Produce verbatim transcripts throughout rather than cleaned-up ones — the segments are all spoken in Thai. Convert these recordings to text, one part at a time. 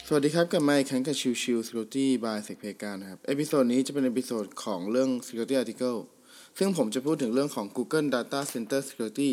สวัสดีครับกลับมาอีกครั้งกับชิวชิว Security by เซกเพกานะครับเอพิโซดนี้จะเป็นเอพิโซดของเรื่อง Security Article ซึ่งผมจะพูดถึงเรื่องของ Google Data Center Security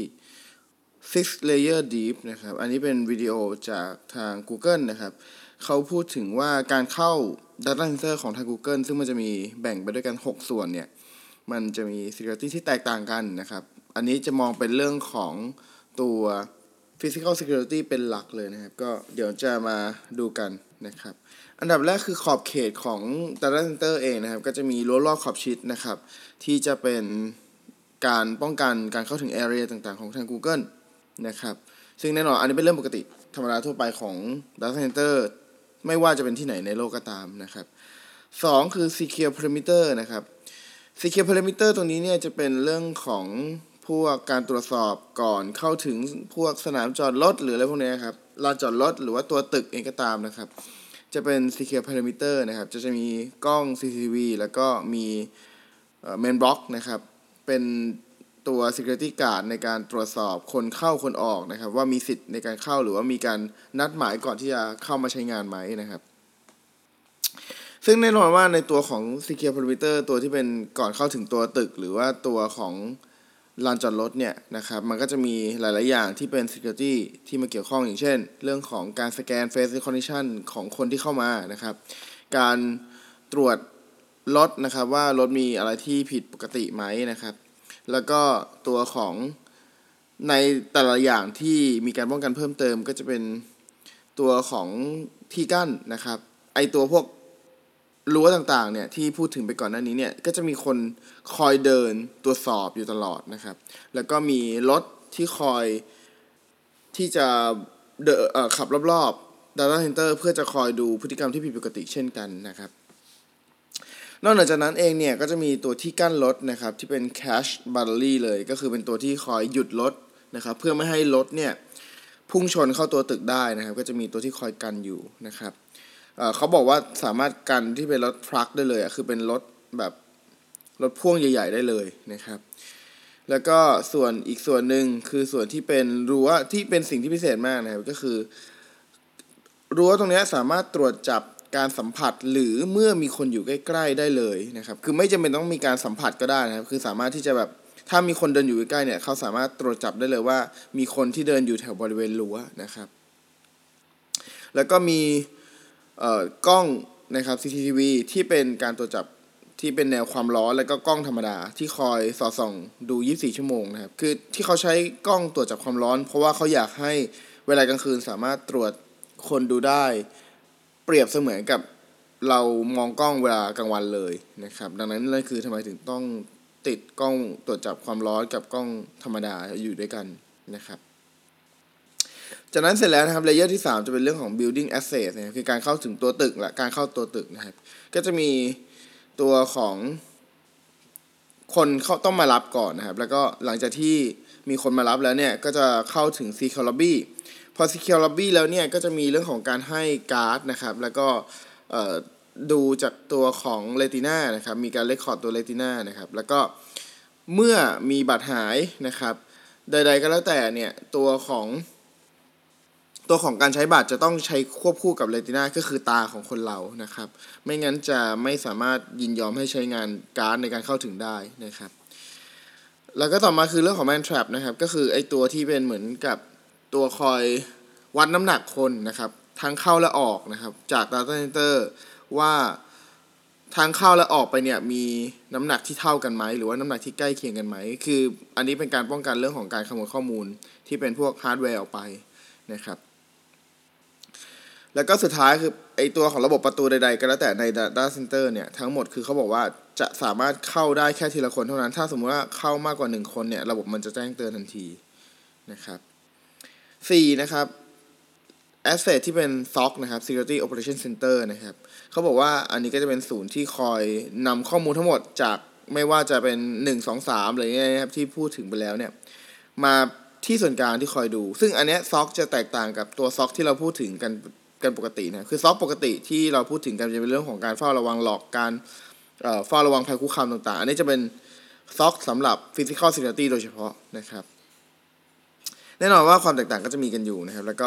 six Layer Deep นะครับอันนี้เป็นวิดีโอจากทาง Google นะครับเขาพูดถึงว่าการเข้า Data Center ของทาง Google ซึ่งมันจะมีแบ่งไปด้วยกันหกส่วนเนี่ยมันจะมี Security ที่แตกต่างกันนะครับอันนี้จะมองเป็นเรื่องของตัว Physical Security เป็นหลักเลยนะครับก็เดี๋ยวจะมาดูกันนะครับอันดับแรกคือขอบเขตของ Data Center เองนะครับก็จะมีรั้วรอบขอบชิดนะครับที่จะเป็นการป้องกันการเข้าถึง Area ต่างๆของทาง Google นะครับซึ่งแน่นอนอันนี้เป็นเรื่องปกติธรรมดาทั่วไปของ Data Center ไม่ว่าจะเป็นที่ไหนในโลกก็ตามนะครับสองคือ Secure Perimeter นะครับ Secure Perimeter ตรงนี้เนี่ยจะเป็นเรื่องของพวกการตรวจสอบก่อนเข้าถึงพวกสนามจอดรถหรืออะไรพวกนี้ครับลานจอดรถหรือว่าตัวตึกเองก็ตามนะครับจะเป็น Secure Perimeter นะครับจะจะมีกล้อง ซี ซี ที วี แล้วก็มีเอ่อ Main Block นะครับเป็นตัว Security Guard ในการตรวจสอบคนเข้าคนออกนะครับว่ามีสิทธิ์ในการเข้าหรือว่ามีการนัดหมายก่อนที่จะเข้ามาใช้งานไหมนะครับซึ่งแน่นอนว่าในตัวของ Secure Perimeter ตัวที่เป็นก่อนเข้าถึงตัวตึกหรือว่าตัวของลานจอดรถเนี่ยนะครับมันก็จะมีหลายๆอย่างที่เป็น security ที่มาเกี่ยวข้องอย่างเช่นเรื่องของการสแกน face recognition ของคนที่เข้ามานะครับการตรวจรถนะครับว่ารถมีอะไรที่ผิดปกติไหมนะครับแล้วก็ตัวของในแต่ละอย่างที่มีการป้องกันเพิ่มเติมก็จะเป็นตัวของที่กั้นนะครับไอตัวพวกรั้วต่างๆเนี่ยที่พูดถึงไปก่อนหน้านี้เนี่ยก็จะมีคนคอยเดินตรวจสอบอยู่ตลอดนะครับแล้วก็มีรถที่คอยที่จะเดินเอ่อขับรอบๆ Data Center เพื่อจะคอยดูพฤติกรรมที่ผิดปกติเช่นกันนะครับนอกจากนั้นเองเนี่ยก็จะมีตัวที่กั้นรถนะครับที่เป็น Cache Battery เลยก็คือเป็นตัวที่คอยหยุดรถนะครับเพื่อไม่ให้รถเนี่ยพุ่งชนเข้าตัวตึกได้นะครับก็จะมีตัวที่คอยกันอยู่นะครับเอ่อเขาบอกว่าสามารถกันที่เป็นรถทรัคได้เลยอ่ะคือเป็นรถแบบรถพ่วงใหญ่ๆได้เลยนะครับแล้วก็ส่วนอีกส่วนหนึ่งคือส่วนที่เป็นรั้วที่เป็นสิ่งที่พิเศษมากนะครับก็คือรั้วตรงนี้สามารถตรวจจับการสัมผัสหรือเมื่อมีคนอยู่ใกล้ๆได้เลยนะครับคือไม่จำเป็นต้องมีการสัมผัสก็ได้นะครับคือสามารถที่จะแบบถ้ามีคนเดินอยู่ใกล้ๆเนี่ยเขาสามารถตรวจจับได้เลยว่ามีคนที่เดินอยู่แถวบริเวณรั้วนะครับแล้วก็มีเอ่อกล้องนะครับ ซี ซี ที วี ที่เป็นการตรวจจับที่เป็นแนวความร้อนแล้วก็กล้องธรรมดาที่คอยสอดส่องดูยี่สิบสี่ชั่วโมงนะครับคือที่เขาใช้กล้องตรวจจับความร้อนเพราะว่าเขาอยากให้เวลากลางคืนสามารถตรวจคนดูได้เปรียบเสมือนกับเรามองกล้องเวลากลางวันเลยนะครับดังนั้นนั่นคือทำไมถึงต้องติดกล้องตรวจจับความร้อนกับกล้องธรรมดาอยู่ด้วยกันนะครับจากนั้นเสร็จแล้วนะครับเลเยอร์ที่สามจะเป็นเรื่องของ building access นะครับคือการเข้าถึงตัวตึกและการเข้าตัวตึกนะครับก็จะมีตัวของคนเขาต้องมารับก่อนนะครับแล้วก็หลังจากที่มีคนมารับแล้วเนี่ยก็จะเข้าถึง secure lobby พอ secure lobby แล้วเนี่ยก็จะมีเรื่องของการให้การ์ดนะครับแล้วก็ดูจากตัวของ retina นะครับมีการเรคคอร์ดตัว retina นะครับแล้วก็เมื่อมีบัตรหายนะครับใดๆก็แล้วแต่เนี่ยตัวของตัวของการใช้บัตรจะต้องใช้ควบคู่กับ Retina ก็คือตาของคนเรานะครับไม่งั้นจะไม่สามารถยินยอมให้ใช้งานการ์ดในการเข้าถึงได้นะครับแล้วก็ต่อมาคือเรื่องของ Man Trap นะครับก็คือไอตัวที่เป็นเหมือนกับตัวคอยวัดน้ำหนักคนนะครับทั้งเข้าและออกนะครับจาก Data Center ว่าทางเข้าและออกไปเนี่ยมีน้ำหนักที่เท่ากันไหมหรือว่าน้ำหนักที่ใกล้เคียงกันไหมคืออันนี้เป็นการป้องกันเรื่องของการขโมยข้อมูลที่เป็นพวกฮาร์ดแวร์ออกไปนะครับแล้วก็สุดท้ายคือไอตัวของระบบประตูใดๆก็แล้วแต่ใน Data Center เนี่ยทั้งหมดคือเขาบอกว่าจะสามารถเข้าได้แค่ทีละคนเท่านั้นถ้าสมมติว่าเข้ามากกว่าหนึ่งคนเนี่ยระบบมันจะแจ้งเตือนทันทีนะครับสี่นะครับ Asset ที่เป็น ซี โอ ซี นะครับ Security Operation Center นะครับเขาบอกว่าอันนี้ก็จะเป็นศูนย์ที่คอยนำข้อมูลทั้งหมดจากไม่ว่าจะเป็นหนึ่ง สอง สามอะไรเงี้ยนะครับที่พูดถึงไปแล้วเนี่ยมาที่ส่วนกลางที่คอยดูซึ่งอันเนี้ย ซี โอ ซี จะแตกต่างกับตัว ซี โอ ซี ที่เราพูดถึงกันกันปกตินะคือ ซี โอ ซี ปกติที่เราพูดถึงกันจะเป็นเรื่องของการเฝ้าระวังหลอกการเอ่อเฝ้าระวังภัยคุกคามต่างๆอันนี้จะเป็น ซี โอ ซี สำหรับ Physical Security โดยเฉพาะนะครับแน่นอนว่าความแตกต่างก็จะมีกันอยู่นะครับแล้วก็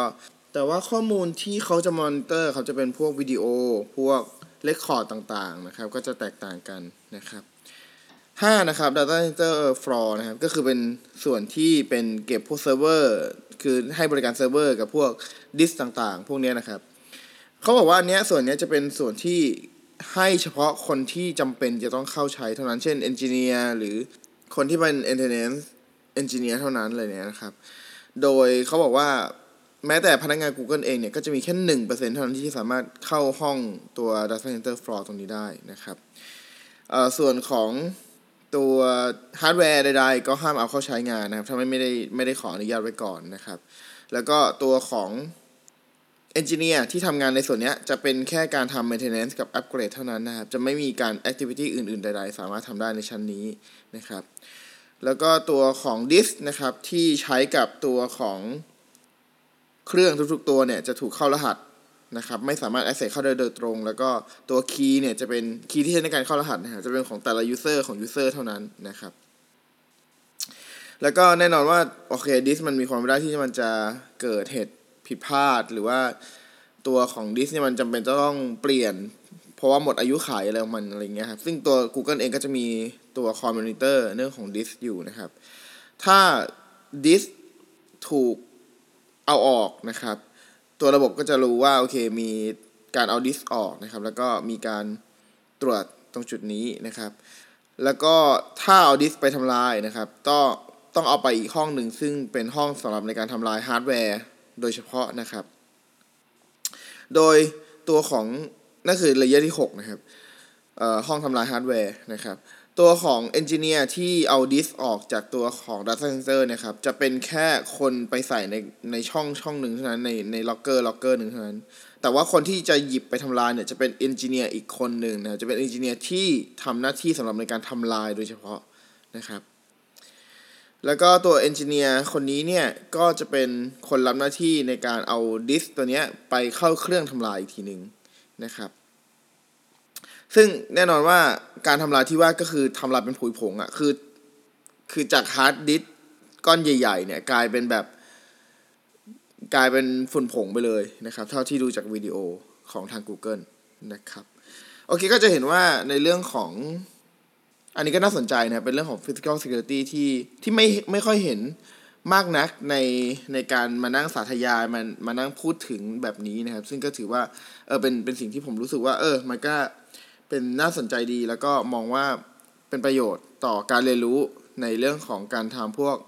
แต่ว่าข้อมูลที่เขาจะมอนิเตอร์เขาจะเป็นพวกวิดีโอพวกเรคคอร์ดต่างๆนะครับก็จะแตกต่างกันนะครับห้านะครับ Data Center Floor นะครับก็คือเป็นส่วนที่เป็นเก็บพวกเซิร์ฟเวอร์คือให้บริการเซิร์ฟเวอร์กับพวกดิสต่างๆพวกนี้นะครับเขาบอกว่าอันเนี้ยส่วนนี้จะเป็นส่วนที่ให้เฉพาะคนที่จำเป็นจะต้องเข้าใช้เท่านั้นเช่นเอนจิเนียร์หรือคนที่เป็น maintenance engineer เท่านั้นเลยเนี่ยนะครับโดยเขาบอกว่าแม้แต่พนักงาน Google เองเนี่ยก็จะมีแค่ หนึ่งเปอร์เซ็นต์ เท่านั้นที่สามารถเข้าห้องตัว Data Center Floor ตรงนี้ได้นะครับเอ่อส่วนของตัวฮาร์ดแวร์ใดๆก็ห้ามเอาเข้าใช้งานนะครับถ้าไม่ได้ไม่ได้ขออนุญาตไว้ก่อนนะครับแล้วก็ตัวของเอนจิเนียร์ที่ทำงานในส่วนนี้จะเป็นแค่การทำ maintenance กับ upgrade เท่านั้นนะครับจะไม่มีการ activity อื่นๆใดๆสามารถทำได้ในชั้นนี้นะครับแล้วก็ตัวของ disk นะครับที่ใช้กับตัวของเครื่องทุกๆตัวเนี่ยจะถูกเข้ารหัสนะครับไม่สามารถ access เข้าได้โดยตรงแล้วก็ตัว key เนี่ยจะเป็น key ที่ใช้ในการเข้ารหัสนะครับจะเป็นของแต่ละ user ของ user เท่านั้นนะครับแล้วก็แน่นอนว่าโอเค disk มันมีความเป็นได้ที่มันจะเกิดเหตุผิดพลาดหรือว่าตัวของ disk เนี่ยมันจำเป็นจะต้องเปลี่ยนเพราะว่าหมดอายุขัยอะไรของมันอะไรเงี้ยครับซึ่งตัว Google เองก็จะมีตัว Core Monitor เรื่องของ disk อยู่นะครับถ้า disk ถูกเอาออกนะครับตัวระบบก็จะรู้ว่าโอเคมีการเอา disk ออกนะครับแล้วก็มีการตรวจตรงจุดนี้นะครับแล้วก็ถ้าเอา disk ไปทำลายนะครับต้องต้องเอาไปอีกห้องหนึ่งซึ่งเป็นห้องสำหรับในการทำลายฮาร์ดแวร์โดยเฉพาะนะครับโดยตัวของนั่นคือเลเยอร์ที่หกนะครับเอ่อห้องทำลายฮาร์ดแวร์นะครับตัวของเอนจิเนียร์ที่เอาดิสก์ออกจากตัวของ Data Center นะครับจะเป็นแค่คนไปใส่ในในช่องช่องหนึ่งเท่านั้นในในล็อกเกอร์ล็อกเกอร์หนึ่งเท่านั้นแต่ว่าคนที่จะหยิบไปทำลายเนี่ยจะเป็นเอนจิเนียร์อีกคนหนึ่งนะจะเป็นเอนจิเนียร์ที่ทำหน้าที่สำหรับในการทำลายโดยเฉพาะนะครับแล้วก็ตัวเอนจิเนียร์คนนี้เนี่ยก็จะเป็นคนรับหน้าที่ในการเอาดิสก์ตัวนี้ไปเข้าเครื่องทำลายอีกทีนึงนะครับซึ่งแน่นอนว่าการทำลายที่ว่าก็คือทำลายเป็นผุยผงอ่ะคือคือจากฮาร์ดดิสก์ก้อนใหญ่ๆเนี่ยกลายเป็นแบบกลายเป็นฝุ่นผงไปเลยนะครับเท่าที่ดูจากวิดีโอของทาง Google นะครับโอเคก็จะเห็นว่าในเรื่องของอันนี้ก็น่าสนใจนะเป็นเรื่องของ physical security ที่ที่ไม่ไม่ค่อยเห็นมากนักในในการมานั่งสาธยายมันมานั่งพูดถึงแบบนี้นะครับซึ่งก็ถือว่าเออเป็นเป็นสิ่งที่ผมรู้สึกว่าเออมันก็เป็นน่าสนใจดีแล้วก็มองว่าเป็นประโยชน์ต่อการเรียนรู้ในเรื่องของการทำพวก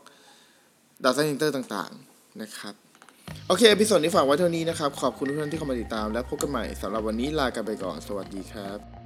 data center ต่างๆนะครับโอเคเอพิโซดนี้ฝากไว้เท่านี้นะครับขอบคุณทุกท่านที่เข้ามาติดตามและพบกันใหม่สำหรับวันนี้ลากันไปก่อนสวัสดีครับ